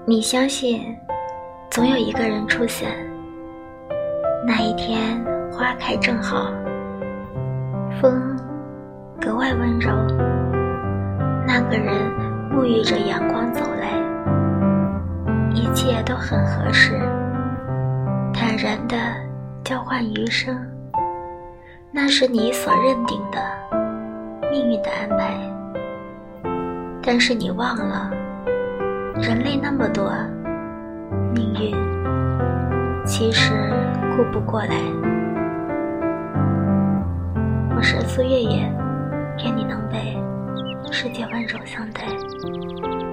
你相信总有一个人出现，那一天花开正好，风格外温柔，那个人沐浴着阳光走来，一切都很合适，坦然地交换余生，那是你所认定的命运的安排。但是你忘了，人类那么多，命运其实顾不过来。我是苏月月，愿你能被世界温柔相待。